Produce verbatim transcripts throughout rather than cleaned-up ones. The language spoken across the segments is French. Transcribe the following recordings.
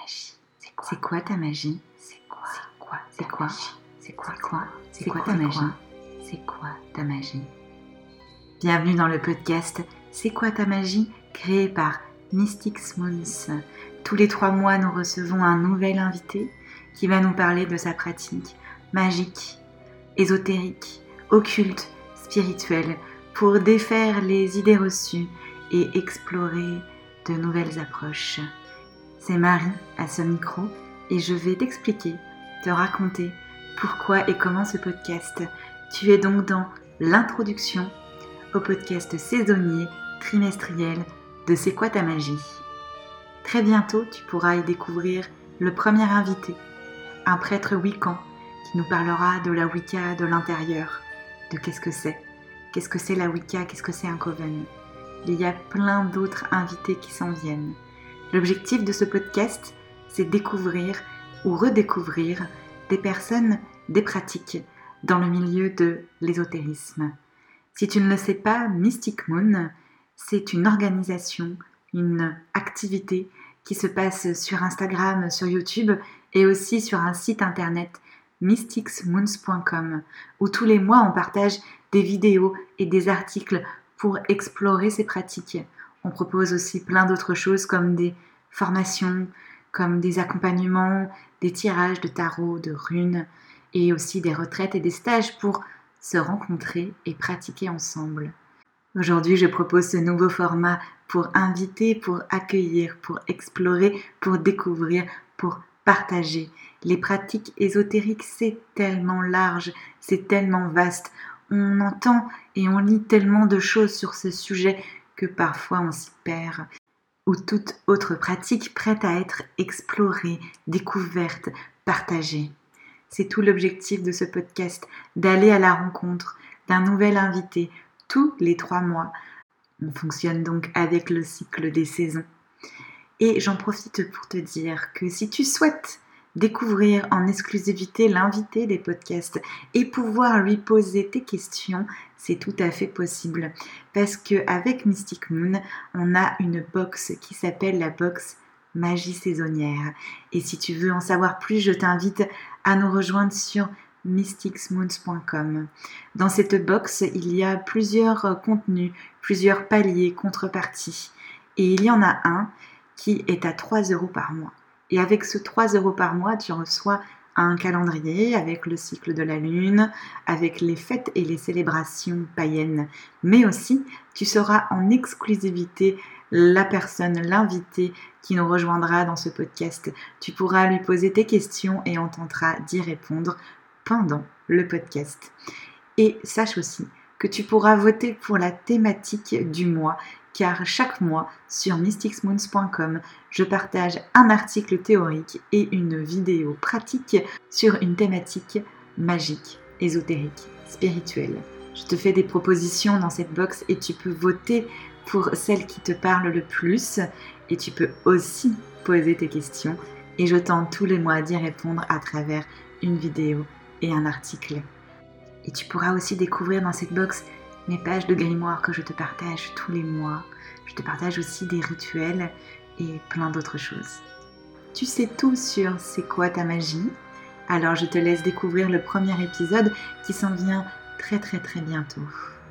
magie? C'est quoi ta magie? C'est quoi? C'est quoi? C'est quoi? C'est quoi? C'est quoi ta magie? C'est quoi ta magie? Bienvenue dans le podcast C'est quoi ta magie? Créé par Mystics Moons. Tous les trois mois, nous recevons un nouvel invité qui va nous parler de sa pratique magique, ésotérique, occulte, spirituelle, pour défaire les idées reçues et explorer de nouvelles approches. C'est Marie à ce micro et je vais t'expliquer, te raconter pourquoi et comment ce podcast. Tu es donc dans l'introduction au podcast saisonnier, trimestriel de C'est quoi ta magie? Très bientôt, tu pourras y découvrir le premier invité, un prêtre wiccan qui nous parlera de la Wicca de l'intérieur, de qu'est-ce que c'est, qu'est-ce que c'est la Wicca, qu'est-ce que c'est un coven. Il y a plein d'autres invités qui s'en viennent. L'objectif de ce podcast, c'est découvrir ou redécouvrir des personnes, des pratiques dans le milieu de l'ésotérisme. Si tu ne le sais pas, Mystic Moon, c'est une organisation, une activité qui se passe sur Instagram, sur YouTube et aussi sur un site internet mystics moons point com où tous les mois on partage des vidéos et des articles pour explorer ces pratiques. On propose aussi plein d'autres choses comme des formations, comme des accompagnements, des tirages de tarot, de runes et aussi des retraites et des stages pour se rencontrer et pratiquer ensemble. Aujourd'hui, je propose ce nouveau format pour inviter, pour accueillir, pour explorer, pour découvrir, pour partager. Les pratiques ésotériques, c'est tellement large, c'est tellement vaste. On entend et on lit tellement de choses sur ce sujet que parfois on s'y perd. Ou toute autre pratique prête à être explorée, découverte, partagée. C'est tout l'objectif de ce podcast, d'aller à la rencontre d'un nouvel invité tous les trois mois. On fonctionne donc avec le cycle des saisons. Et j'en profite pour te dire que si tu souhaites découvrir en exclusivité l'invité des podcasts et pouvoir lui poser tes questions, c'est tout à fait possible. Parce qu'avec Mystic Moon, on a une box qui s'appelle la box Magie saisonnière. Et si tu veux en savoir plus, je t'invite à nous rejoindre sur mystics moons point com. Dans cette box, il y a plusieurs contenus, plusieurs paliers, contreparties. Et il y en a un qui est à trois euros par mois. Et avec ce trois euros par mois, tu reçois un calendrier avec le cycle de la lune, avec les fêtes et les célébrations païennes. Mais aussi, tu seras en exclusivité la personne, l'invité qui nous rejoindra dans ce podcast. Tu pourras lui poser tes questions et on tentera d'y répondre pendant le podcast. Et sache aussi que tu pourras voter pour la thématique du mois, car chaque mois sur mystics moons point com, je partage un article théorique et une vidéo pratique sur une thématique magique, ésotérique, spirituelle. Je te fais des propositions dans cette box et tu peux voter pour celle qui te parle le plus et tu peux aussi poser tes questions et je tente tous les mois d'y répondre à travers une vidéo et un article. Et tu pourras aussi découvrir dans cette box mes pages de grimoire que je te partage tous les mois. Je te partage aussi des rituels et plein d'autres choses. Tu sais tout sur C'est quoi ta magie? Alors je te laisse découvrir le premier épisode qui s'en vient très très très bientôt.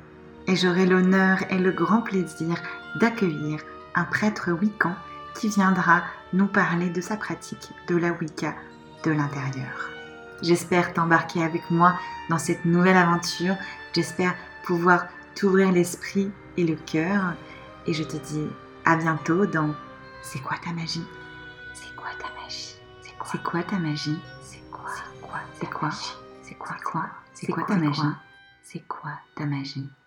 Et j'aurai l'honneur et le grand plaisir d'accueillir un prêtre wiccan qui viendra nous parler de sa pratique de la Wicca de l'intérieur. J'espère t'embarquer avec moi dans cette nouvelle aventure. J'espère pouvoir t'ouvrir l'esprit et le cœur. Et je te dis à bientôt dans C'est quoi ta magie? C'est quoi ta magie? C'est quoi ta magie? C'est quoi? C'est quoi? C'est quoi? C'est quoi? C'est quoi ta magie? C'est quoi ta magie?